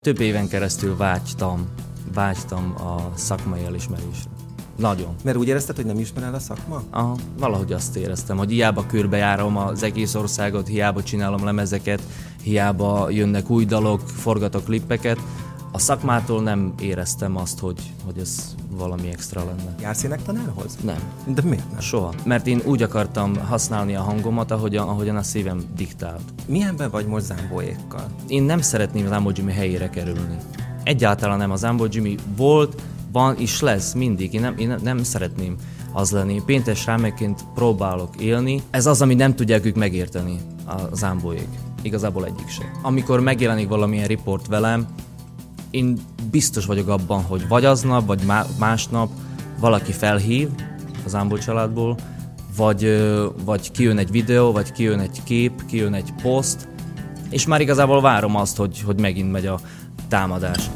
több éven keresztül vágytam a szakmai elismerésre. Nagyon. Mert úgy érezted, hogy nem ismer el a szakma? Aha, valahogy azt éreztem, hogy hiába körbejárom az egész országot, hiába csinálom lemezeket, hiába jönnek új dalok, forgatok klippeket, a szakmától nem éreztem azt, hogy ez valami extra lenne. Jársz énektanárhoz? Nem. De miért nem? Soha. Mert én úgy akartam használni a hangomat, ahogyan a szívem diktált. Milyenben vagy most Zambóékkal? Én nem szeretném Zambó Jimmy helyére kerülni. Egyáltalán nem. A Zambó Jimmy volt, van és lesz mindig. Én nem szeretném az lenni. Péntes rámekként próbálok élni. Ez az, ami nem tudják ők megérteni, a Zambóék. Igazából egyik sem. Amikor megjelenik valamilyen riport velem, én biztos vagyok abban, hogy vagy aznap, vagy másnap valaki felhív az Zambó családból, vagy kijön egy videó, vagy kijön egy kép, kijön egy poszt, és már igazából várom azt, hogy megint megy a támadás.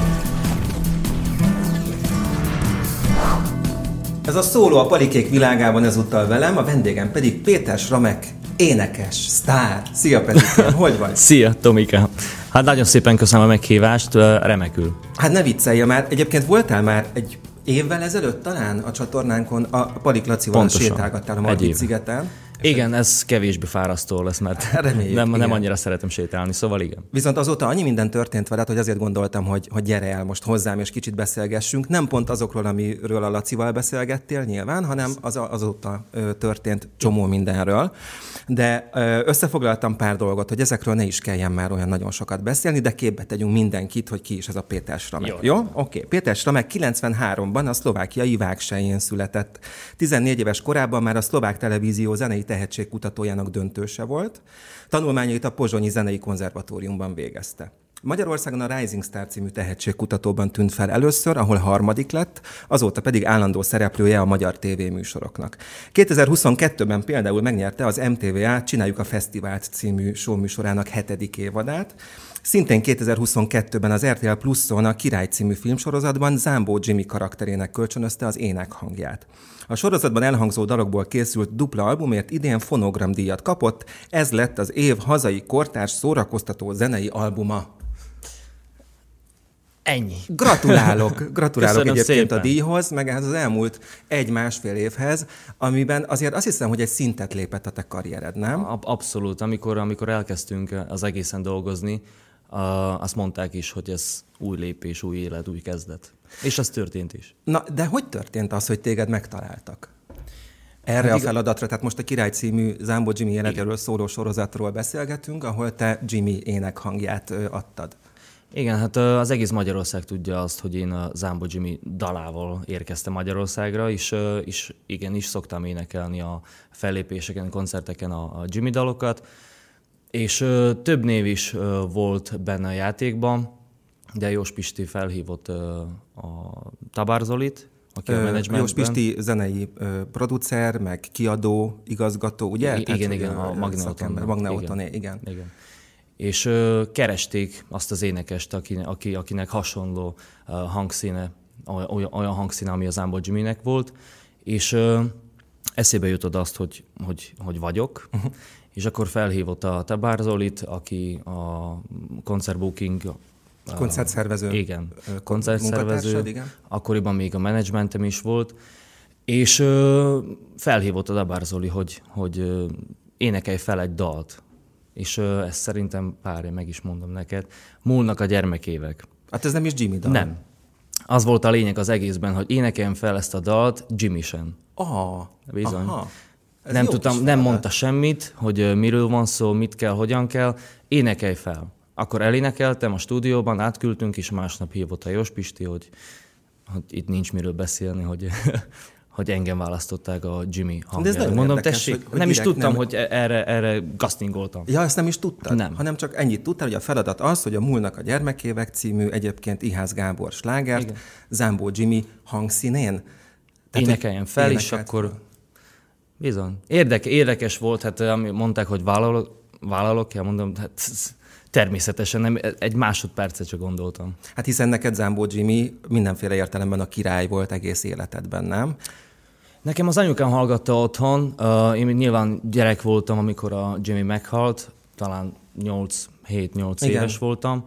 Ez a szóló a Palikék világában ezúttal velem, a vendégem pedig Péter Sramek, énekes, sztár. Szia Petikém, hogy vagy? Szia Tomika! Hát nagyon szépen köszönöm a meghívást, remekül. Hát ne viccelje már, egyébként voltál már egy évvel ezelőtt talán a csatornánkon, a Palik Lacival sétálgattál a Margit szigeten. Igen, ez kevésbé fárasztó lesz, mert nem annyira szeretem sétálni, szóval igen. Viszont azóta annyi minden történt veled, hogy azért gondoltam, hogy gyere el most hozzám, és kicsit beszélgessünk. Nem pont azokról, amiről a Lacival beszélgettél nyilván, hanem azóta történt csomó mindenről. De összefoglaltam pár dolgot, hogy ezekről ne is kelljen már olyan nagyon sokat beszélni, de képbe tegyünk mindenkit, hogy ki is ez a Péter Sramek. Jó? Oké. Péter Sramek 93-ban a szlovákiai Vágselyén született. 14 éves korában már a szlovák televízió zenei tehetségkutatójának döntőse volt. Tanulmányait a Pozsonyi Zenei Konzervatóriumban végezte. Magyarországon a Rising Star című tehetségkutatóban tűnt fel először, ahol harmadik lett, azóta pedig állandó szereplője a magyar tévéműsoroknak. 2022-ben például megnyerte az MTVA Csináljuk a Fesztivált című showműsorának 7. évadát. Szintén 2022-ben az RTL Pluszon a Király című filmsorozatban Zambó Jimmy karakterének kölcsönözte az énekhangját. A sorozatban elhangzó dalokból készült dupla albumért idén fonogramdíjat kapott, ez lett az év hazai kortárs szórakoztató zenei albuma. Ennyi. Gratulálok egyébként szépen a díjhoz, meg az elmúlt 1-1,5 évhez, amiben azért azt hiszem, hogy egy szintet lépett a te karriered, nem? Abszolút. Amikor elkezdtünk az egészen dolgozni, azt mondták is, hogy ez új lépés, új élet, új kezdet. És az történt is. Na, de hogy történt az, hogy téged megtaláltak? Erre a feladatra, tehát most a Király című Zambó Jimmy életéről szóló sorozatról beszélgetünk, ahol te Jimmy énekhangját adtad. Igen, hát az egész Magyarország tudja azt, hogy én a Zambó Jimmy dalával érkeztem Magyarországra, és igenis szoktam énekelni a fellépéseken, koncerteken a Jimmy dalokat, és több név is volt benne a játékban, de Jós Pisti felhívott a Tabár Zolit, aki a menedzsmentben. Jós Pisti zenei producer, meg kiadó, igazgató, ugye? Igen, a Magneoton, igen. És keresték azt az énekest, akinek hasonló hangszíne, olyan hangszíne, ami az Zambó Jimmynek volt, és eszébe jutott azt, hogy vagyok, és akkor felhívott a Tabár Zolit, aki a koncertbooking koncertszervező. Igen, koncertszervező. Igen. Akkoriban még a menedzsmentem is volt, és felhívott a Tabár Zoli, hogy énekelj fel egy dalt. És ezt szerintem meg is mondom neked, múlnak a gyermekévek. Hát ez nem is Jimmy dal? Nem. Az volt a lényeg az egészben, hogy énekeljem fel ezt a dalt Jimmy-sen. Bizony. Nem tudtam, nem mondta semmit, hogy miről van szó, mit kell, hogyan kell. Énekelj fel. Akkor elénekeltem a stúdióban, átküldtünk, és másnap hívott a Jós Pisti, hogy itt nincs miről beszélni, hogy engem választották a Jimmy hangjára. Mondom, érdekes, tessék, hogy nem is tudtam, hogy erre castingoltam. Ja, ezt nem is tudtad? Nem. Hanem csak ennyit tudtál, hogy a feladat az, hogy a Múlnak a gyermekévek című egyébként Ihász Gábor slágert Zambó Jimmy hangszínén. Énekeljen fel, és akkor bizony. Érdekes volt, hát mondták, hogy vállalok, mondom, hát természetesen nem, egy másodpercet csak gondoltam. Hát hiszen neked Zambó Jimmy mindenféle értelemben a király volt egész életedben, nem? Nekem az anyukám hallgatta otthon, én nyilván gyerek voltam, amikor a Jimmy meghalt, talán 7-8 éves voltam,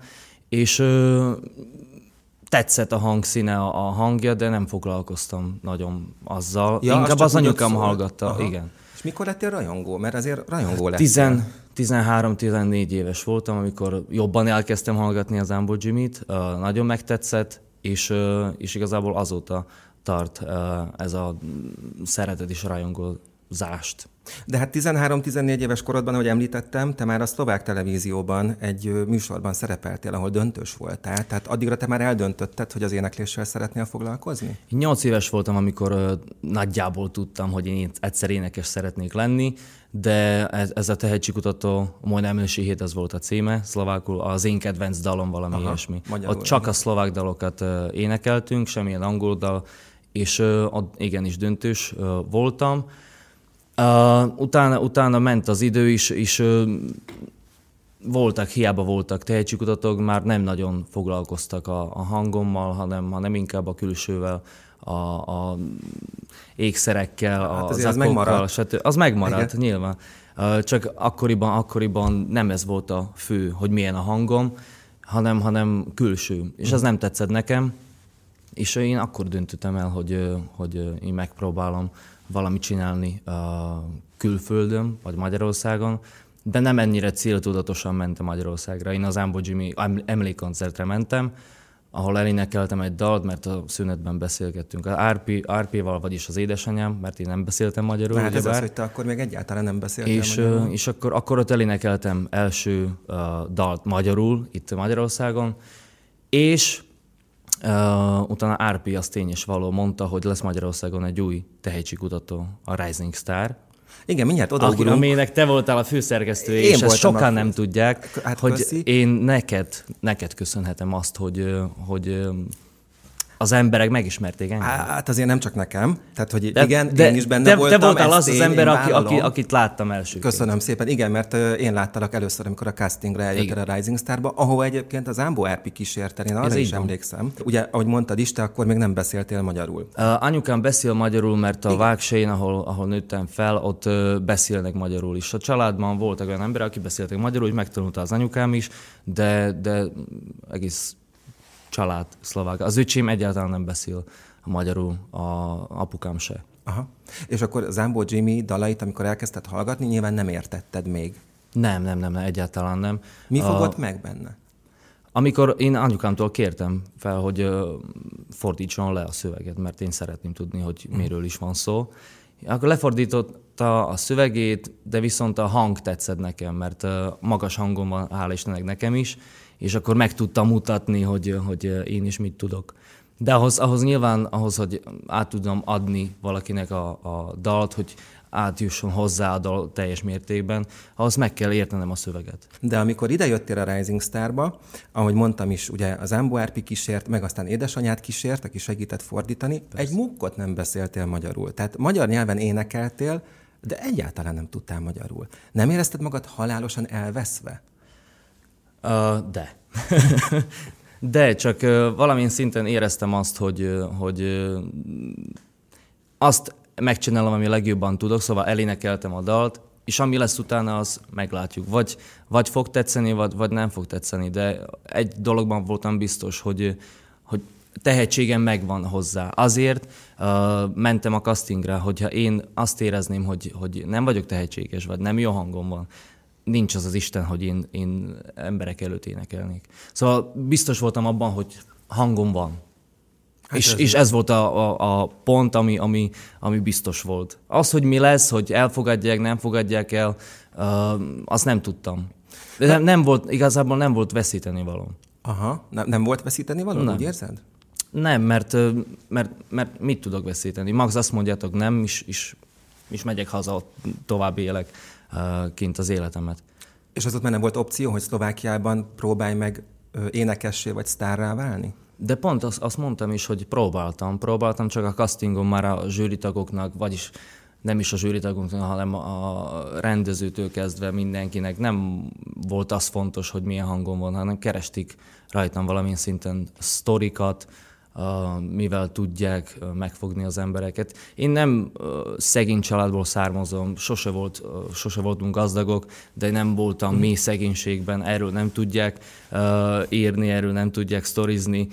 és tetszett a hangszíne, a hangja, de nem foglalkoztam nagyon azzal. Ja, inkább az anyukám hallgatta, aha. Igen. És mikor lettél rajongó? Mert azért rajongó lettél. 13-14 éves voltam, amikor jobban elkezdtem hallgatni az Zambó Jimmy-t, nagyon megtetszett, és igazából azóta tart ez a szeretet és rajongózást. De hát 13-14 éves korodban, ahogy említettem, te már a szlovák televízióban egy műsorban szerepeltél, ahol döntős voltál. Tehát addigra te már eldöntötted, hogy az énekléssel szeretnél foglalkozni? 8 éves voltam, amikor nagyjából tudtam, hogy én egyszer énekes szeretnék lenni, de ez a tehetségkutató, majdnem ősi hét, ez volt a címe, szlovákul, az én kedvenc dalom, valami ilyesmi. Ott csak a szlovák dalokat énekeltünk, semmilyen angol dal, és ott igenis döntős voltam. Utána ment az idő is, és hiába voltak tehetségkutatók, már nem nagyon foglalkoztak a hangommal, hanem inkább a külsővel, a ékszerekkel, hát a zakokkal, stb. Az megmaradt, igen. Nyilván. Csak akkoriban nem ez volt a fő, hogy milyen a hangom, hanem külső. És ez nem tetszett nekem, és én akkor döntöttem el, hogy én megpróbálom valamit csinálni külföldön, vagy Magyarországon, de nem ennyire céltudatosan mentem Magyarországra. Én az Zambó Jimmy emlékkoncertre mentem, ahol elénekeltem egy dalt, mert a szünetben beszélgettünk a RP-val, vagyis az édesanyám, mert én nem beszéltem magyarul. Hát ez az, hogy te akkor még egyáltalán nem beszéltél magyarul. És akkor ott elénekeltem első dalt magyarul, itt Magyarországon, és utána RP az tény és való mondta, hogy lesz Magyarországon egy új tehetségkutató, a Rising Star. Igen, mindjárt odaugrunk. Aminek te voltál a főszerkesztője, és ezt sokan nem tudják, hát hogy köszi. én neked köszönhetem azt, hogy az emberek megismerték engem. Hát azért nem csak nekem, tehát hogy De én is benne voltam. Te voltál az én ember, vállalom. akit láttam elsőként. Köszönöm szépen. Igen, mert én láttalak először, amikor a castingra eljöttél a Rising Starba, ahova egyébként az Zambó RP kísérten, én arra is emlékszem. Ugye, ahogy mondtad is, te akkor még nem beszéltél magyarul. Anyukám beszél magyarul, mert a Vágsén, ahol nőttem fel, ott beszélnek magyarul is. A családban voltak olyan emberek, akik beszéltek magyarul, és megtanulta az anyukám is, de egész család szlovák. Az öcsém egyáltalán nem beszél magyarul, apukám se. Aha. És akkor Zambó Jimmy dalait, amikor elkezdted hallgatni, nyilván nem értetted még. Nem, egyáltalán nem. Mi fogott meg benne? Amikor én anyukámtól kértem fel, hogy fordítson le a szöveget, mert én szeretném tudni, hogy miről is van szó. Akkor lefordította a szövegét, de viszont a hang tetszett nekem, mert magas hangom van, hál' Istennek nekem is, és akkor meg tudtam mutatni, hogy én is mit tudok. De ahhoz nyilván, hogy át tudom adni valakinek a dalt, hogy átjusson hozzá a dal teljes mértékben, ahhoz meg kell értenem a szöveget. De amikor idejöttél a Rising Starba, ahogy mondtam is, ugye az Zambó RP kísért, meg aztán édesanyát kísért, aki segített fordítani, egy mukkot nem beszéltél magyarul. Tehát magyar nyelven énekeltél, de egyáltalán nem tudtál magyarul. Nem érezted magad halálosan elveszve? De. De csak valamilyen szinten éreztem azt, hogy azt megcsinálom, ami legjobban tudok, szóval elénekeltem a dalt, és ami lesz utána, az meglátjuk. Vagy fog tetszeni, vagy nem fog tetszeni, de egy dologban voltam biztos, hogy tehetségem megvan hozzá. Azért mentem a castingra, hogyha én azt érezném, hogy nem vagyok tehetséges, vagy nem jó hangom van, nincs az Isten, hogy én emberek előtt énekelnék. Szóval biztos voltam abban, hogy hangom van. Hát és ez volt a pont, ami biztos volt. Az, hogy mi lesz, hogy elfogadják, nem fogadják el, azt nem tudtam. De igazából nem volt veszíteni való. Aha, nem volt veszíteni való, úgy érzed? Nem, mert mit tudok veszíteni? Max azt mondjátok nem, és megyek haza, tovább élek kint az életemet. És az ott már nem volt opció, hogy Szlovákiában próbálj meg énekessé vagy sztárrá válni? De pont azt mondtam is, hogy próbáltam, csak a castingon már a zsűritagoknak, vagyis nem is a zsűritagoknak, hanem a rendezőtől kezdve mindenkinek nem volt az fontos, hogy milyen hangom van, hanem keresték rajtam valamilyen szinten sztorikat, mivel tudják megfogni az embereket. Én nem szegény családból származom, sose voltunk gazdagok, de nem voltam mély szegénységben, erről nem tudják írni, erről nem tudják sztorizni.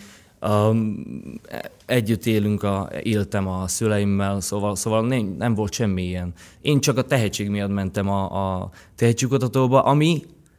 Együtt éltem a szüleimmel, szóval nem volt semmi ilyen. Én csak a tehetség miatt mentem a tehetségkutatóba, ami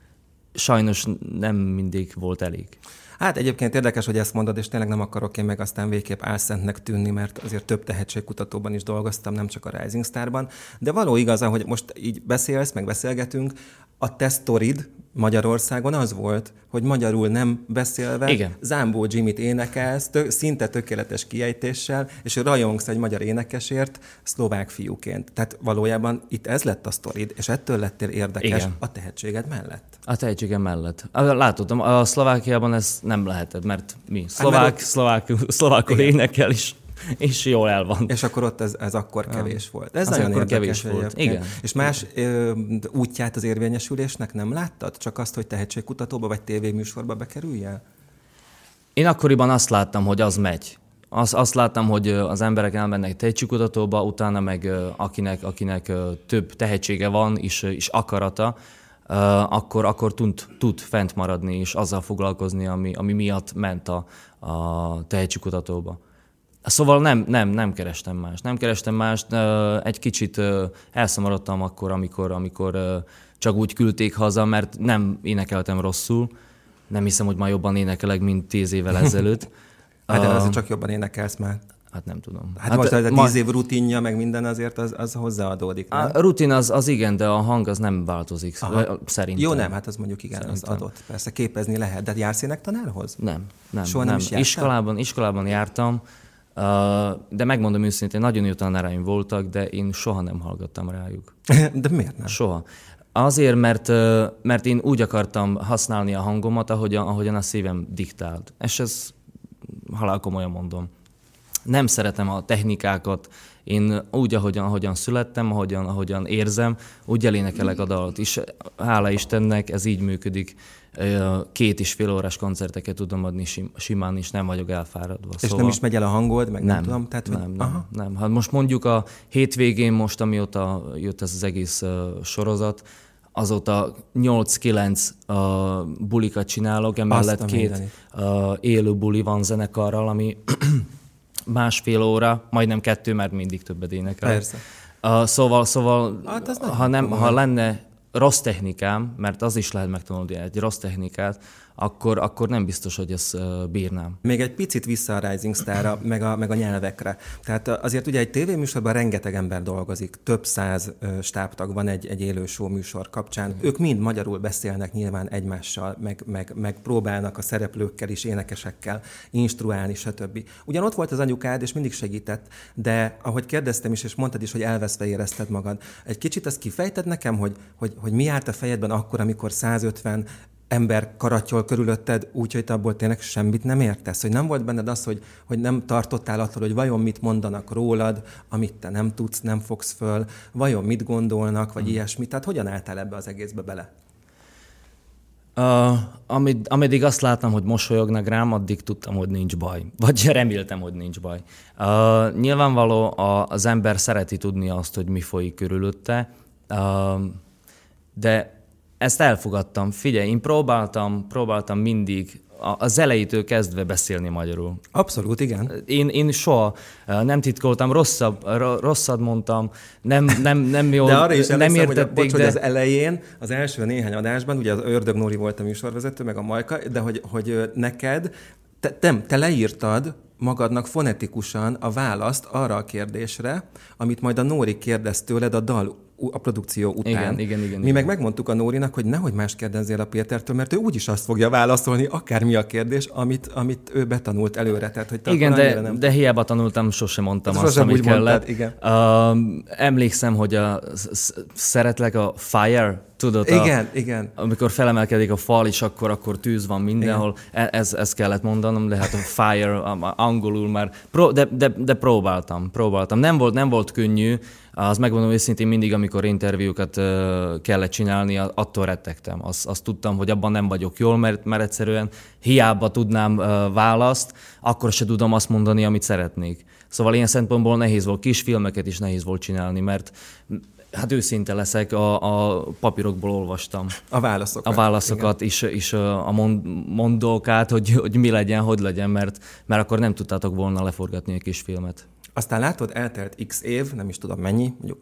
sajnos nem mindig volt elég. Hát egyébként érdekes, hogy ezt mondod, és tényleg nem akarok én meg aztán végképp álszentnek tűnni, mert azért több tehetségkutatóban is dolgoztam, nem csak a Rising Starban. De való igaz, hogy most így beszélsz, meg beszélgetünk, a te sztorid Magyarországon az volt, hogy magyarul nem beszélve, igen, Zámbó Jimmy-t énekelsz, szinte tökéletes kiejtéssel, és rajongsz egy magyar énekesért szlovák fiúként. Tehát valójában itt ez lett a sztorid, és ettől lettél érdekes, igen, a tehetséged mellett. A tehetségem mellett. Látod, a Szlovákiában ez nem lehetett, mert mi? Szlovákul énekel is. És jól el van. És akkor ott ez akkor kevés volt. Ez az nagyon akkor érdekes kevés volt, igen. És más útját az érvényesülésnek nem láttad? Csak azt, hogy tehetségkutatóba vagy tévéműsorba bekerüljél? Én akkoriban azt láttam, hogy az megy. Azt láttam, hogy az emberek elmennek tehetségkutatóba, utána meg akinek több tehetsége van és akarata, akkor tud fent maradni és azzal foglalkozni, ami miatt ment a tehetségkutatóba. Szóval nem kerestem mást. Nem kerestem mást, egy kicsit elszomorodtam akkor, amikor csak úgy küldték haza, mert nem énekeltem rosszul. Nem hiszem, hogy már jobban énekelek, mint 10 évvel ezelőtt. Hát de azért csak jobban énekelsz már. Hát nem tudom. Hát most a 10 év rutinja, meg minden azért az hozzáadódik, nem? A rutin az igen, de a hang az nem változik, szerintem. Jó, nem, hát az mondjuk igen, szerintem. Az adott. Persze képezni lehet, de jársz énektanárhoz? Nem. Soha nem is jártál? Iskolában jártam, de megmondom őszintén, nagyon jó tanáraim voltak, de én soha nem hallgattam rájuk. De miért nem? Soha. Azért, mert én úgy akartam használni a hangomat, ahogyan a szívem diktált. És ez halálkomolyan mondom. Nem szeretem a technikákat, én úgy, ahogyan születtem, ahogyan érzem, úgy elénekelek a dalt. És hála Istennek ez így működik. 2,5 órás koncerteket tudom adni simán, és nem vagyok elfáradva. És szóval nem is megy el a hangod, meg nem tudom? Tehát, nem. Hát most mondjuk a hétvégén, amióta jött ez az egész sorozat, azóta 8-9 bulikat csinálok, emellett 2 élő buli van zenekarral, ami másfél óra, majdnem 2, mert mindig többet énekel. Persze. Szóval hát ha lenne rossz technikám, mert az is lehet megtanulni egy rossz technikát, akkor nem biztos, hogy ezt bírnám. Még egy picit vissza a Rising Starra, meg a nyelvekre. Tehát azért ugye egy tévéműsorban rengeteg ember dolgozik, több 100 stábtag van egy élő show műsor kapcsán. Ők mind magyarul beszélnek nyilván egymással, meg próbálnak a szereplőkkel is, énekesekkel instruálni, stb. Ugyan ott volt az anyukád, és mindig segített, de ahogy kérdeztem is, és mondtad is, hogy elveszve érezted magad. Egy kicsit azt kifejted nekem, hogy mi járt a fejedben akkor, amikor 150 ember karattyol körülötted, úgyhogy te abból tényleg semmit nem értesz? Hogy nem volt benned az, hogy nem tartottál attól, hogy vajon mit mondanak rólad, amit te nem tudsz, nem fogsz föl, vajon mit gondolnak, vagy ilyesmi? Tehát hogyan álltál ebbe az egészbe bele? Ameddig azt láttam, hogy mosolyognak rám, addig tudtam, hogy nincs baj. Vagy reméltem, hogy nincs baj. Nyilvánvaló az ember szereti tudni azt, hogy mi folyik körülötte, de ezt elfogadtam. Figyelj, én próbáltam mindig az elejétől kezdve beszélni magyarul. Abszolút, igen. Én soha nem titkoltam, rosszat mondtam, nem jól, de arra is nem értették, hogy az elején, az első néhány adásban, ugye az Ördög Nóri volt a műsorvezető, meg a Majka, de hogy neked, te leírtad magadnak fonetikusan a választ arra a kérdésre, amit majd a Nóri kérdez tőled a produkció után. Igen. Mi meg megmondtuk a Nórinak, hogy nehogy más kérdezzél a Pétertől, mert ő úgyis azt fogja válaszolni, akármi a kérdés, amit ő betanult előre. Tehát, hogy igen, de hiába tanultam, sosem mondtam azt, amit kellett. Igen. Emlékszem, hogy szeretlek a Fire, tudod, igen. amikor felemelkedik a fal, és akkor tűz van mindenhol, ez kellett mondanom, de hát a fire angolul már, de próbáltam. Nem volt könnyű, az megmondom őszintén, mindig, amikor interjúkat kellett csinálni, attól rettegtem. Azt tudtam, hogy abban nem vagyok jól, mert egyszerűen hiába tudnám választ, akkor se tudom azt mondani, amit szeretnék. Szóval ilyen szempontból nehéz volt, kis filmeket is nehéz volt csinálni, mert hát őszinte leszek, a papírokból olvastam. A válaszokat és a mondókát, hogy mi legyen, hogy legyen, mert akkor nem tudtátok volna leforgatni egy kis filmet. Aztán látod, eltelt x év, nem is tudom mennyi, mondjuk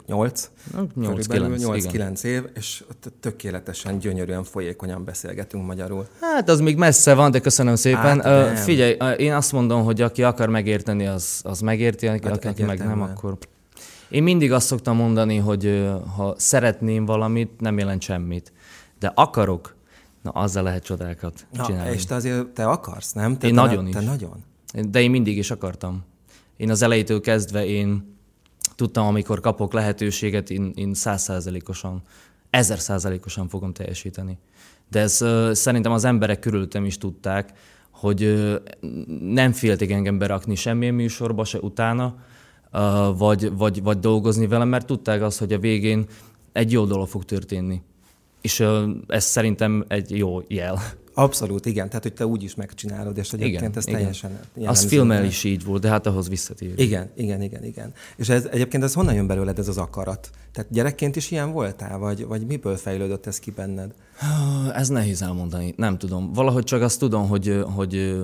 8-9 év, és tökéletesen, gyönyörűen, folyékonyan beszélgetünk magyarul. Hát az még messze van, de köszönöm szépen. Figyelj, én azt mondom, hogy aki akar megérteni, az megérti, aki meg nem, akkor... Én mindig azt szoktam mondani, hogy ha szeretném valamit, nem jelent semmit. De akarok, na azzal lehet csodákat csinálni. És te akarsz, nem? Én nagyon is. Te nagyon. De én mindig is akartam. Én az elejétől kezdve tudtam, amikor kapok lehetőséget, én 100%-osan, 1000%-osan fogom teljesíteni. De ez szerintem az emberek körülöttem is tudták, hogy nem félték engem berakni semmilyen műsorba, se utána, vagy dolgozni velem, mert tudták azt, hogy a végén egy jó dolog fog történni. És ez szerintem egy jó jel. Abszolút, igen. Tehát, hogy te úgy is megcsinálod, és egyébként ez teljesen jellemző. Az filmmel is így volt, de hát ahhoz visszatérünk. Igen. És egyébként ez honnan jön belőled ez az akarat? Tehát gyerekként is ilyen voltál, vagy miből fejlődött ez ki benned? Ez nehéz elmondani, nem tudom. Valahogy csak azt tudom, hogy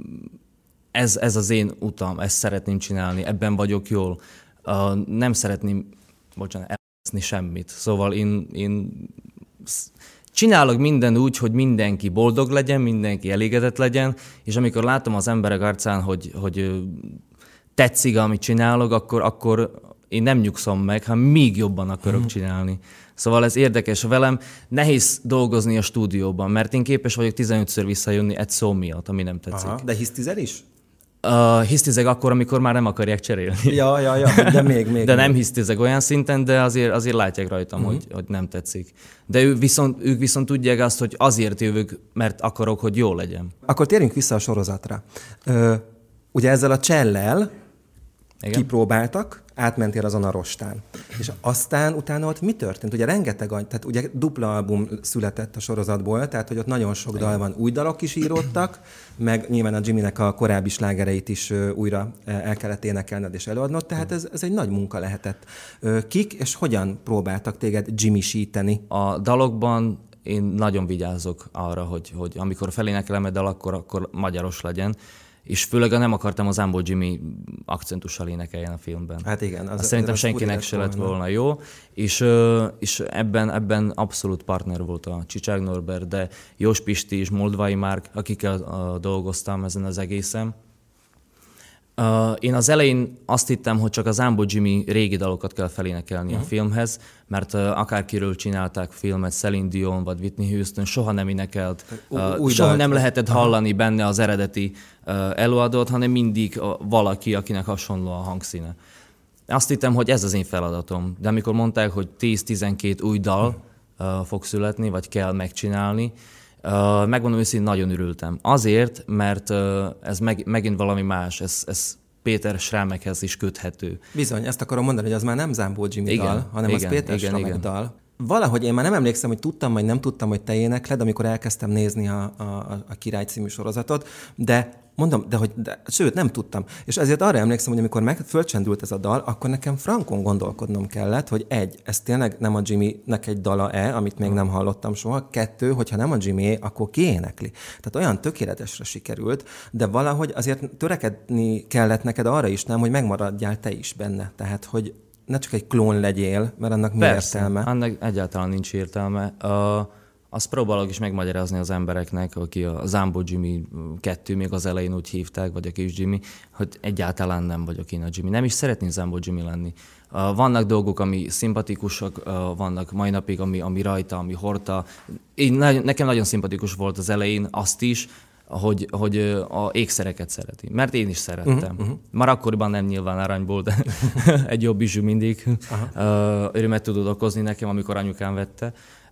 ez az én utam, ezt szeretném csinálni, ebben vagyok jól. Nem szeretném, elveszni semmit. Szóval én csinálok minden úgy, hogy mindenki boldog legyen, mindenki elégedett legyen, és amikor látom az emberek arcán, hogy tetszik, amit csinálok, akkor én nem nyugszom meg, hanem még jobban akarok csinálni. Szóval ez érdekes velem. Nehéz dolgozni a stúdióban, mert én képes vagyok 15-ször visszajönni egy szó miatt, ami nem tetszik. Aha, de hisztizel is? Hisztizek akkor, amikor már nem akarják cserélni. Ja, de még. De nem hisztizek olyan szinten, de azért látják rajtam, hogy nem tetszik. De ők viszont tudják azt, hogy azért jövök, mert akarok, hogy jó legyen. Akkor térjünk vissza a sorozatra. Ugye ezzel a csellel kipróbáltak, átmentél azon a rostán. És aztán utána ott mi történt? Ugye tehát ugye dupla album született a sorozatból, tehát hogy ott nagyon sok dal van, új dalok is íródtak, meg nyilván a Jiminek a korábbi slágereit is újra el kellett énekelned és előadnod, tehát ez egy nagy munka lehetett. Kik és hogyan próbáltak téged Jimmy-síteni? A dalokban én nagyon vigyázok arra, hogy amikor felénekelem egy dal, akkor magyaros legyen. És főleg nem akartam az Zambó Jimmy akcentussal énekeljen a filmben. Hát igen. Szerintem senkinek se lett volna jó. És ebben abszolút partner volt a Csicsák Norbert, de Jós Pisti és Moldvai Márk, akikkel dolgoztam ezen az egészen. Én az elején azt hittem, hogy csak az Zambó Jimmy régi dalokat kell felénekelni a filmhez, mert akárkiről csinálták filmet, Celine Dion vagy Whitney Houston, soha nem énekelt, soha nem lehetett hallani benne az eredeti előadót, hanem mindig valaki, akinek hasonló a hangszíne. Azt hittem, hogy ez az én feladatom, de amikor mondták, hogy 10-12 új dal fog születni, vagy kell megcsinálni, megmondom őszintén, nagyon örültem. Azért, mert ez megint valami más, ez Péter Schramekhez is köthető. Bizony, ezt akarom mondani, hogy az már nem Zambó Jimmy dal, hanem az Péter Schramek dal. Valahogy én már nem emlékszem, hogy tudtam, vagy nem tudtam, hogy te énekled, amikor elkezdtem nézni a Király című sorozatot, de mondom, sőt, nem tudtam. És ezért arra emlékszem, hogy amikor fölcsendült ez a dal, akkor nekem frankon gondolkodnom kellett, hogy ez tényleg nem a Jimmynek egy dala-e, amit még nem hallottam soha. 2, hogyha nem a Jimmy, akkor ki énekli. Tehát olyan tökéletesre sikerült, de valahogy azért törekedni kellett neked arra is, nem, hogy megmaradjál te is benne. Tehát, hogy ne csak egy klón legyél, mert annak mi értelme? Annak egyáltalán nincs értelme. Azt próbálok is megmagyarázni az embereknek, aki a Zambó Jimmy 2 még az elején úgy hívták, vagy a kis Jimmy, hogy egyáltalán nem vagyok én a Jimmy. Nem is szeretnék Zambó Jimmy lenni. Vannak dolgok, ami szimpatikusak, vannak mai napig, ami rajta, ami hordta. Nekem nagyon szimpatikus volt az elején azt is, hogy a ékszereket szereti. Mert én is szerettem. Már akkoriban nem nyilván aranyból, de egy jobb bizsú mindig. Örömet tudod okozni nekem, amikor anyukám vette.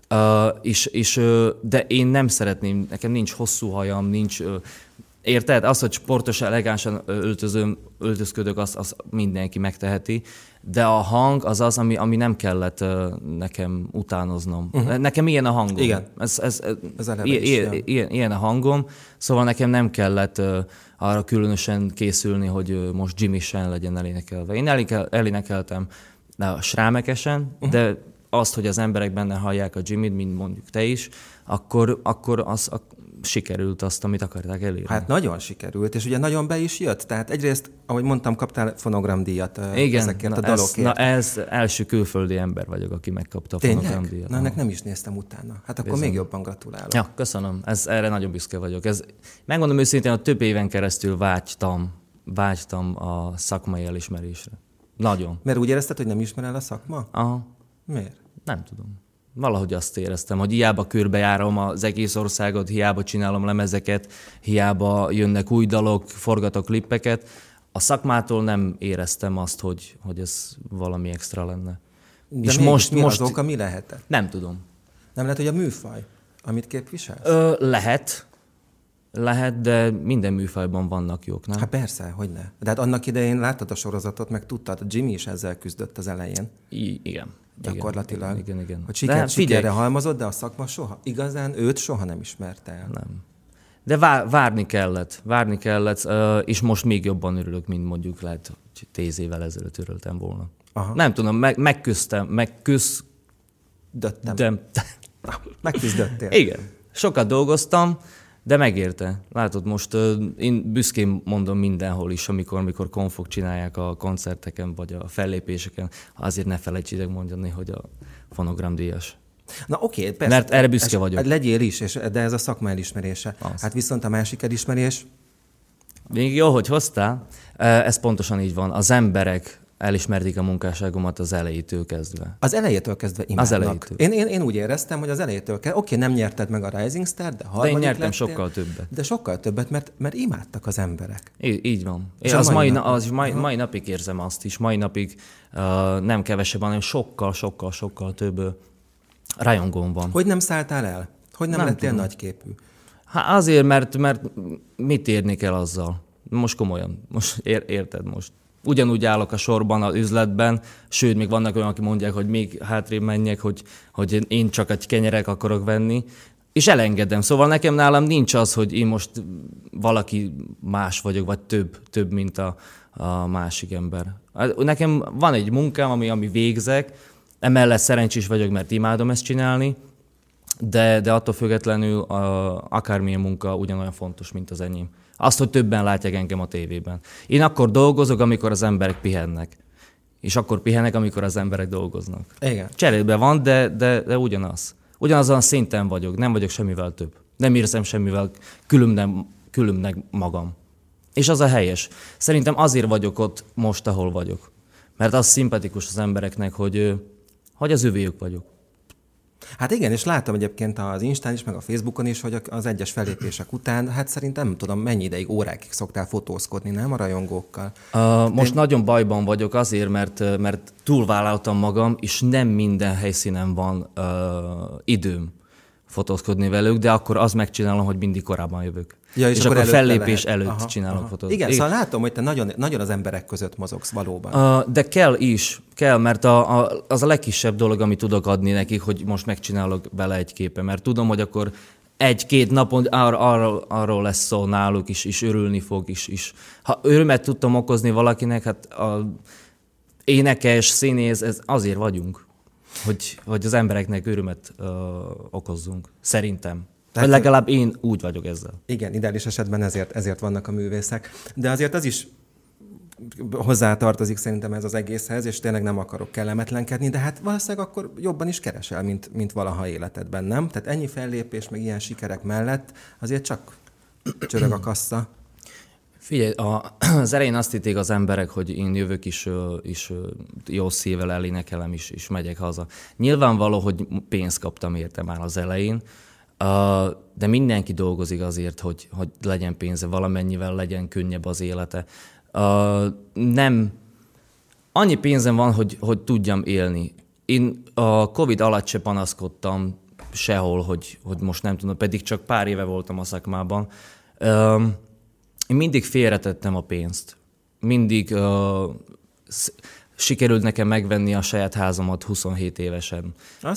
De én nem szeretném, nekem nincs hosszú hajam, nincs... Érted? Az, hogy sportos, elegánsan öltözködök, az mindenki megteheti, de a hang az az, ami nem kellett nekem utánoznom. Nekem ilyen a hangom. Igen. Ez ilyen a hangom, szóval nekem nem kellett arra különösen készülni, hogy most Jimmy Shan legyen elénekelve. Én elénekeltem Schrámekesen, de azt, hogy az emberek benne hallják a Jimmyt, mint mondjuk te is, akkor az sikerült azt, amit akarták elérni. Hát nagyon sikerült, és ugye nagyon be is jött. Tehát egyrészt, ahogy mondtam, kaptál fonogramdíjat ezekért a dalokért. Ez első külföldi ember vagyok, aki megkapta a fonogramdíjat. Na, ennek nem is néztem utána. Hát akkor még jobban gratulálok. Ja, köszönöm. Erre nagyon büszke vagyok. Megmondom őszintén, hogy több éven keresztül vágytam a szakmai elismerésre. Nagyon. Mert úgy érezted, hogy nem ismer el a szakma? Aha. Miért? Nem tudom. Valahogy azt éreztem, hogy hiába körbejárom az egész országot, hiába csinálom lemezeket, hiába jönnek új dalok, forgatok klippeket. A szakmától nem éreztem azt, hogy ez valami extra lenne. De és most az oka mi lehetett? Nem tudom. Nem lehet, hogy a műfaj, amit képviselsz? Lehet, de minden műfajban vannak jók, nem? Hát persze, hogy ne. De hát annak idején láttad a sorozatot, meg tudtad, Jimmy is ezzel küzdött az elején. Igen. Gyakorlatilag. Igen. Hogy sikerre halmozott, de a szakma soha, igazán őt soha nem ismerte el. Nem. De várni kellett, és most még jobban örülök, mint mondjuk lehet, hogy 10 évvel ezelőtt örültem volna. Aha. Nem tudom, megküzdöttél. Igen. Sokat dolgoztam, de megérte. Látod, most én büszkén mondom mindenhol is, amikor konfok csinálják a koncerteken, vagy a fellépéseken, azért ne felejtsétek mondani, hogy a fonogramdíjas. Na oké, persze. Mert erre büszke vagyok. Legyél is, de ez a szakma elismerése. Az. Hát viszont a másik elismerés... Még jó, hogy hoztál. Ez pontosan így van. Az emberek elismerték a munkásságomat az elejétől kezdve. Az elejétől kezdve imádnak. Az elejétől. Én úgy éreztem, hogy az elejétől kezdve, oké, nem nyerted meg a Rising Star, de harmadik én nyertem lettél, sokkal többet. De sokkal többet, mert imádtak az emberek. Így van. És az mai napig érzem azt is. Mai napig nem kevesebb, hanem sokkal több rajongóm van. Hogy nem szálltál el? Hogy nem lettél nagyképű? Hát azért, mert mit érnék el azzal? Most komolyan. Most érted most. Ugyanúgy állok a sorban az üzletben, sőt, még vannak olyanok, akik mondják, hogy még hátrébb menjek, hogy én csak egy kenyeret akarok venni, és elengedem. Szóval nálam nincs az, hogy én most valaki más vagyok, vagy több mint a másik ember. Nekem van egy munkám, ami végzek, emellett szerencsés vagyok, mert imádom ezt csinálni, de attól függetlenül akármilyen munka ugyanolyan fontos, mint az enyém. Azt, hogy többen látják engem a tévében. Én akkor dolgozok, amikor az emberek pihennek. És akkor pihenek, amikor az emberek dolgoznak. Igen. Cserébe van, de ugyanaz. Ugyanazon a szinten vagyok, nem vagyok semmivel több. Nem érzem semmivel különbnek magam. És az a helyes. Szerintem azért vagyok ott most, ahol vagyok. Mert az szimpatikus az embereknek, hogy az övéjük vagyok. Hát igen, és láttam egyébként az Instán is, meg a Facebookon is, hogy az egyes fellépések után, hát szerintem nem tudom, mennyi ideig, órákig szoktál fotózkodni, nem a rajongókkal? Most nagyon bajban vagyok azért, mert túlvállaltam magam, és nem minden helyszínen van időm fotózkodni velük, de akkor azt megcsinálom, hogy mindig korábban jövök. Ja, és akkor fellépés előtt csinálom fotót. Igen, szóval látom, hogy te nagyon az emberek között mozogsz valóban. De kell, mert az a legkisebb dolog, amit tudok adni nekik, hogy most megcsinálok vele egy képe, mert tudom, hogy akkor 1-2 napon arról lesz szó náluk, és örülni fog is. Ha örömet tudtam okozni valakinek, hát a énekes, színész, ez azért vagyunk, hogy az embereknek örömet okozzunk, szerintem. Vagy legalább én úgy vagyok ezzel. Igen, ideális esetben ezért vannak a művészek. De azért az is hozzátartozik szerintem ez az egészhez, és tényleg nem akarok kellemetlenkedni, de hát valószínűleg akkor jobban is keresel, mint valaha életedben, nem? Tehát ennyi fellépés, meg ilyen sikerek mellett azért csak csörög a kassa. Figyelj, az elején azt hitték az emberek, hogy én jövök is jó szívvel elénekelem és megyek haza. Nyilvánvaló, hogy pénzt kaptam érte már az elején, de mindenki dolgozik azért, hogy legyen pénze, valamennyivel legyen könnyebb az élete. Nem. Annyi pénzem van, hogy tudjam élni. Én a Covid alatt se panaszkodtam, sehol, hogy most nem tudom, pedig csak pár éve voltam a szakmában. Én mindig félretettem a pénzt. Mindig sikerült nekem megvenni a saját házamat 27 évesen.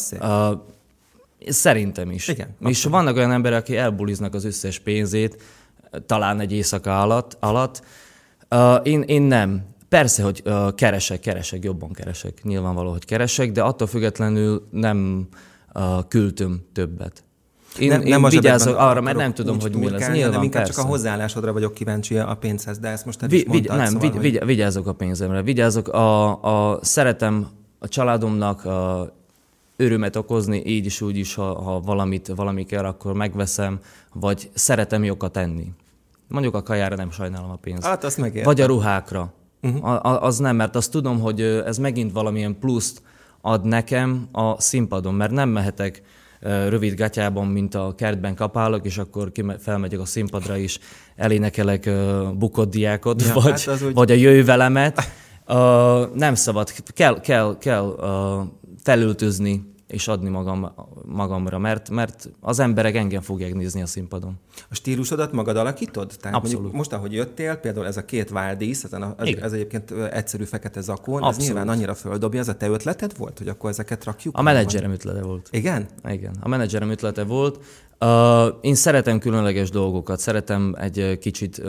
Szerintem is. Igen, és vannak olyan emberek, akik elbuliznak az összes pénzét, talán egy éjszaka alatt. Én nem. Persze, hogy keresek, jobban keresek. Nyilvánvaló, hogy keresek, de attól függetlenül nem költöm többet. Én vigyázok arra, mert nem tudom, hogy mi lesz. Nyilván, nem, inkább persze. csak a hozzáállásodra vagyok kíváncsi a pénzhez, de ezt most is mondtad. Nem, vigyázok a pénzemre. Vigyázok, szeretem a családomnak örömet okozni, így is, úgy is, ha valami kell, akkor megveszem, vagy szeretem jókat enni. Mondjuk a kajára nem sajnálom a pénzt. Hát azt megértem. Vagy a ruhákra. Az nem, mert azt tudom, hogy ez megint valamilyen pluszt ad nekem a színpadon, mert nem mehetek rövid gatyában, mint a kertben kapálok, és akkor felmegyek a színpadra is, elénekelek bukott diákot, vagy a jöjj velemet. Nem szabad, kell felöltözni és adni magamra, mert az emberek engem fogják nézni a színpadon. A stílusodat magad alakítod? Tehát abszolút. Most, ahogy jöttél, például ez a két váldísz, ez egyébként egyszerű fekete zakón, abszolút. Ez nyilván annyira földobja, ez a te ötleted volt, hogy akkor ezeket rakjuk? A menedzserem ötlete volt. Igen? Igen, a menedzserem ötlete volt. Én szeretem különleges dolgokat, szeretem egy kicsit...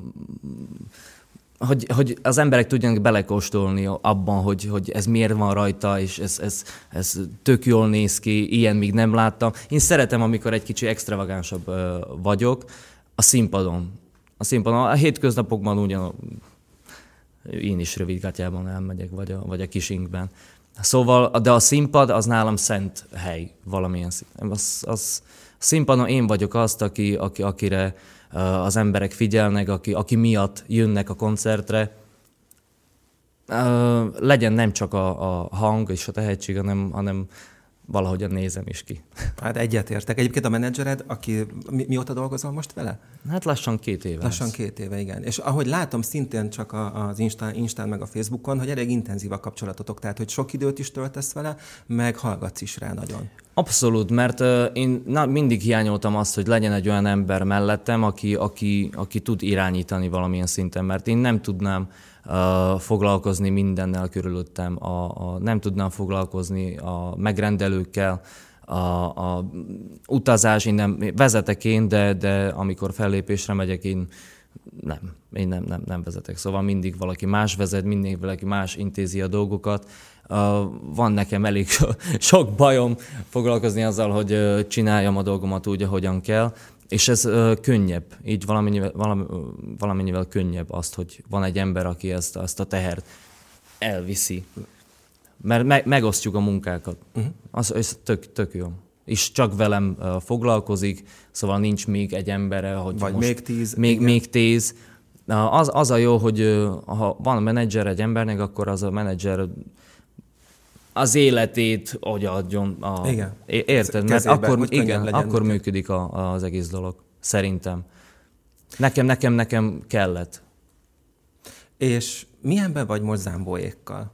Hogy az emberek tudjanak belekóstolni abban, hogy ez miért van rajta, és ez tök jól néz ki, ilyen még nem láttam. Én szeretem, amikor egy kicsi extravagánsabb vagyok a színpadon. A hétköznapokban én is rövidgatjában elmegyek, vagy a kisinkben. Szóval, de a színpad az nálam szent hely valamilyen szinten. A színpadon én vagyok azt, akire az emberek figyelnek, aki miatt jönnek a koncertre. Legyen nem csak a hang és a tehetség, hanem valahogyan nézem is ki. Hát egyetértek. Egyébként a menedzsered, aki mióta dolgozol most vele? Hát lassan 2 éve. Lassan 2 éve, igen. És ahogy látom szintén csak az Instán meg a Facebookon, hogy elég intenzív a kapcsolatotok, tehát hogy sok időt is töltesz vele, meg hallgatsz is rá nagyon. Abszolút, mert én mindig hiányoltam azt, hogy legyen egy olyan ember mellettem, aki tud irányítani valamilyen szinten, mert én nem tudnám foglalkozni mindennel körülöttem, nem tudnám foglalkozni a megrendelőkkel, a utazás, én nem vezetek én, de amikor fellépésre megyek, én nem vezetek. Szóval mindig valaki más vezet, mindig valaki más intézi a dolgokat. Van nekem elég sok bajom foglalkozni azzal, hogy csináljam a dolgomat úgy, ahogyan kell, és ez könnyebb, így valamennyivel könnyebb azt, hogy van egy ember, aki ezt a tehert elviszi. Mert megosztjuk a munkákat. Ez tök jó. És csak velem foglalkozik, szóval nincs még egy embere, hogy vagy most még 10. Még 10. Az a jó, hogy ha van menedzser egy embernek, akkor az a menedzser az életét adjon. Igen. Érted? Mert akkor működik az egész dolog. Szerintem. Nekem kellett. És milyenben vagy most Zámbóékkal?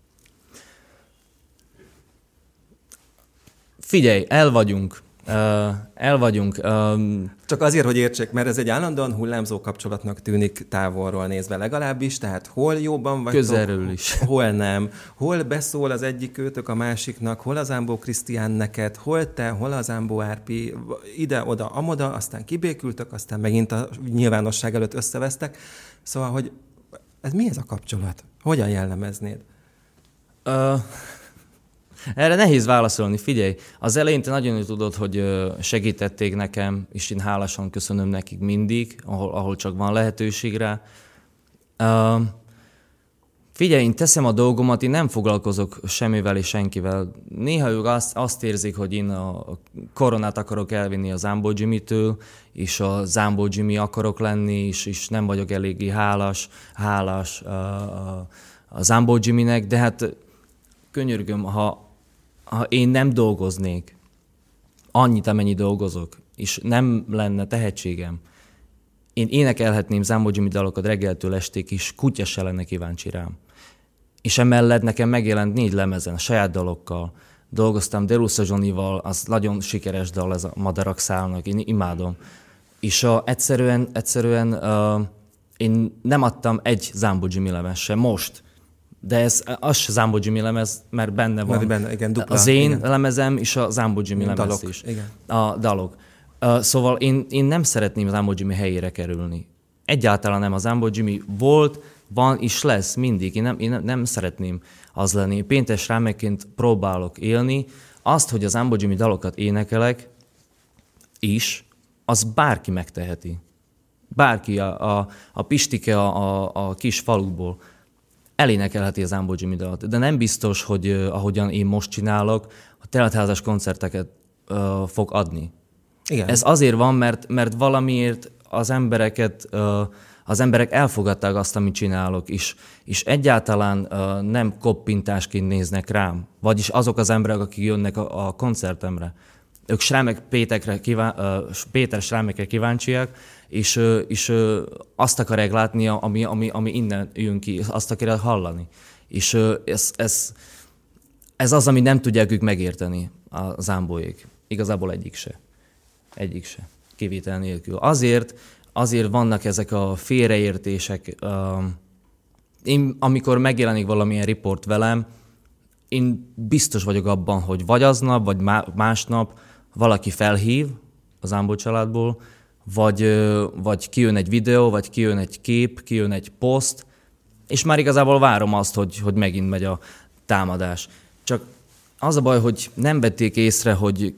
Figyelj, el vagyunk. Csak azért, hogy értsék, mert ez egy állandóan hullámzó kapcsolatnak tűnik távolról nézve legalábbis, tehát hol jóban vagytok, közelről is. Hol nem, hol beszól az egyik őtök a másiknak, hol az Zámbó Krisztián neked, hol te, hol az Zámbó Árpi, ide-oda, amoda, aztán kibékültök, aztán megint a nyilvánosság előtt összevesztek. Szóval, hogy mi ez a kapcsolat? Hogyan jellemeznéd? Erre nehéz válaszolni. Figyelj, az elején te nagyon jól tudod, hogy segítették nekem, és én hálásan köszönöm nekik mindig, ahol csak van lehetőség rá. Figyelj, én teszem a dolgomat, én nem foglalkozok semmivel és senkivel. Néha ők azt érzik, hogy én a koronát akarok elvinni a Zámbó Jimmy-től, és a Zámbó Jimmy akarok lenni, és nem vagyok eléggé hálás a Zámbó Jimmynek, de hát könyörgöm, ha én nem dolgoznék annyit, amennyi dolgozok, és nem lenne tehetségem, én énekelhetném Zámbó Jimmy dalokat reggeltől estig, és kutya se lenne kíváncsi rám. És emellett nekem megjelent 4 lemezen, a saját dalokkal, dolgoztam Delusa Johnnyval, az nagyon sikeres dal, ez a Madarak szállnak, én imádom. És egyszerűen én nem adtam egy Zambo Jimmy lemez sem most, de az se Zambo Jimmy lemez, mert benne van igen, dupla, az én igen. lemezem és a Zambo Jimmy lemez is. Igen. A dalok. Szóval én nem szeretném Zambo Jimmy helyére kerülni. Egyáltalán nem. A Zambo Jimmy volt, van és lesz mindig. Én nem szeretném az lenni. Péntes rámeként próbálok élni. Azt, hogy a Zambo Jimmy dalokat énekelek is, az bárki megteheti. Bárki, a Pistike a kis falukból elénekelheti a Zambo Jimmy dalat. De nem biztos, hogy ahogyan én most csinálok, a teltházas koncerteket fog adni. Igen. Ez azért van, mert valamiért az emberek elfogadták azt, amit csinálok, és egyáltalán nem koppintásként néznek rám. Vagyis azok az emberek, akik jönnek a koncertemre. Ők Péter Schrámekre kíváncsiak, és azt akarják látni, ami innen jön ki, azt akarják hallani. És ez az, amit nem tudják ők megérteni, a zámbóék. Igazából egyik se. Kivétel nélkül. Azért vannak ezek a félreértések. Én, amikor megjelenik valamilyen riport velem, én biztos vagyok abban, hogy vagy aznap, vagy másnap valaki felhív az Zambo családból, vagy kijön egy videó, vagy kijön egy kép, kijön egy poszt, és már igazából várom azt, hogy megint megy a támadás. Csak az a baj, hogy nem vették észre, hogy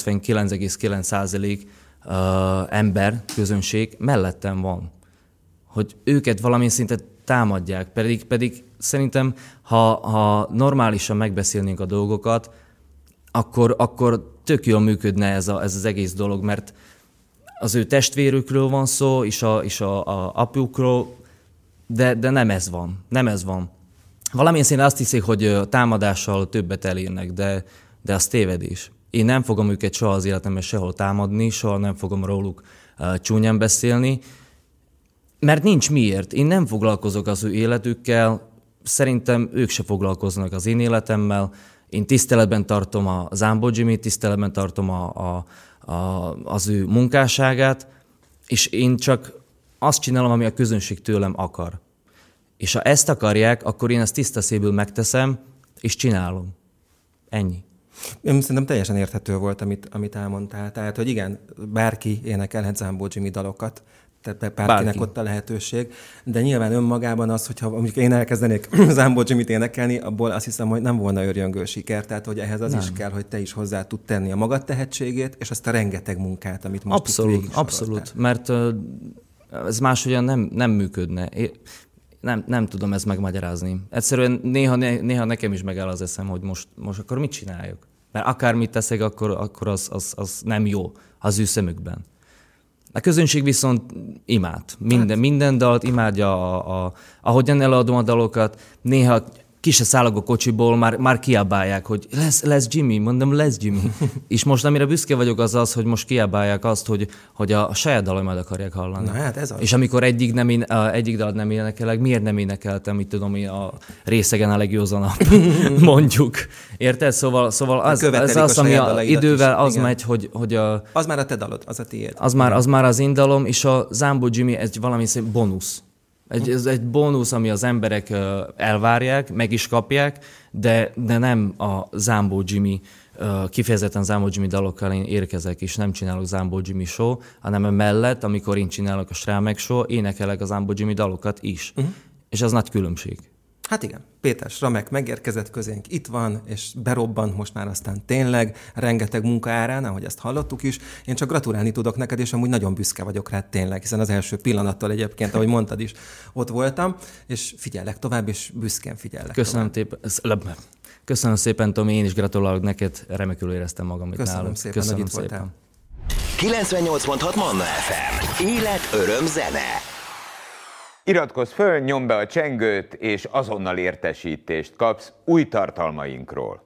99,9% ember, közönség mellettem van. Hogy őket valamilyen szinten támadják, pedig szerintem, ha normálisan megbeszélnénk a dolgokat, akkor tök jól működne ez az egész dolog, mert az ő testvérükről van szó, és a apjukról, de nem ez van. Nem ez van. Valamilyen szinten azt hiszik, hogy a támadással többet elérnek, de az tévedés. Én nem fogom őket soha az életemben sehol támadni, soha nem fogom róluk csúnyán beszélni, mert nincs miért. Én nem foglalkozok az ő életükkel, szerintem ők se foglalkoznak az én életemmel. Én tiszteletben tartom a Zambo Jimmy, tiszteletben tartom az ő munkásságát, és én csak azt csinálom, ami a közönség tőlem akar. És ha ezt akarják, akkor én ezt tiszta szívből megteszem, és csinálom. Ennyi. Én szerintem teljesen érthető volt, amit elmondtál. Tehát, hogy igen, bárki énekelhet Zambo Jimmy dalokat, tehát bárkinek ott a lehetőség, de nyilván önmagában az, hogyha mondjuk én elkezdenék Zambo Jimmyt énekelni, abból azt hiszem, hogy nem volna örjöngő siker, tehát hogy ehhez az nem. Is kell, hogy te is hozzá tud tenni a magad tehetségét, és azt a rengeteg munkát, amit most Abszolút, mert ez máshogyan nem működne. Nem tudom ezt megmagyarázni. Egyszerűen néha nekem is megáll az eszem, hogy most akkor mit csináljak? Mert akármit teszek, akkor az nem jó az ő szemükben. A közönség viszont imád. Minden dalt imádja, ahogyan eladom a dalokat, néha ki se szállok a kocsiból, már kiabálják, hogy lesz Jimmy, mondom, lesz Jimmy. És most amire büszke vagyok az, hogy most kiabálják azt, hogy a saját dalaimat akarják hallani. Na hát ez az. És amikor egyik dalt nem énekelek, miért nem énekeltem, mit tudom én, a részegen a legjózanabb, mondjuk. Érted? Szóval ez az, ami idővel az megy, hogy az már a te dalod, az a tiéd. Az már az én dalom, és a Zambo Jimmy egy valami szép bónusz. Ez egy bónusz, ami az emberek elvárják, meg is kapják, de nem a Zambo Jimmy, kifejezetten Zambo Jimmy dalokkal én érkezek, és nem csinálok Zambo Jimmy show, hanem emellett, amikor én csinálok a Schrámek show, énekelek a Zambo Jimmy dalokat is. És az nagy különbség. Hát igen, Péter Schramek megérkezett közénk, itt van, és berobbant most már aztán tényleg rengeteg munka árán, ahogy ezt hallottuk is. Én csak gratulálni tudok neked, és amúgy nagyon büszke vagyok rád tényleg, hiszen az első pillanattól egyébként, ahogy mondtad is, ott voltam, és figyellek tovább, és büszkén figyellek tovább. Köszönöm szépen, Tomi, én is gratulálok neked, remekül éreztem magam itt Köszönöm náluk. Szépen, hogy itt voltál. 98.6 Manna FM. Élet, öröm, zene. Iratkozz föl, nyomd be a csengőt, és azonnal értesítést kapsz új tartalmainkról.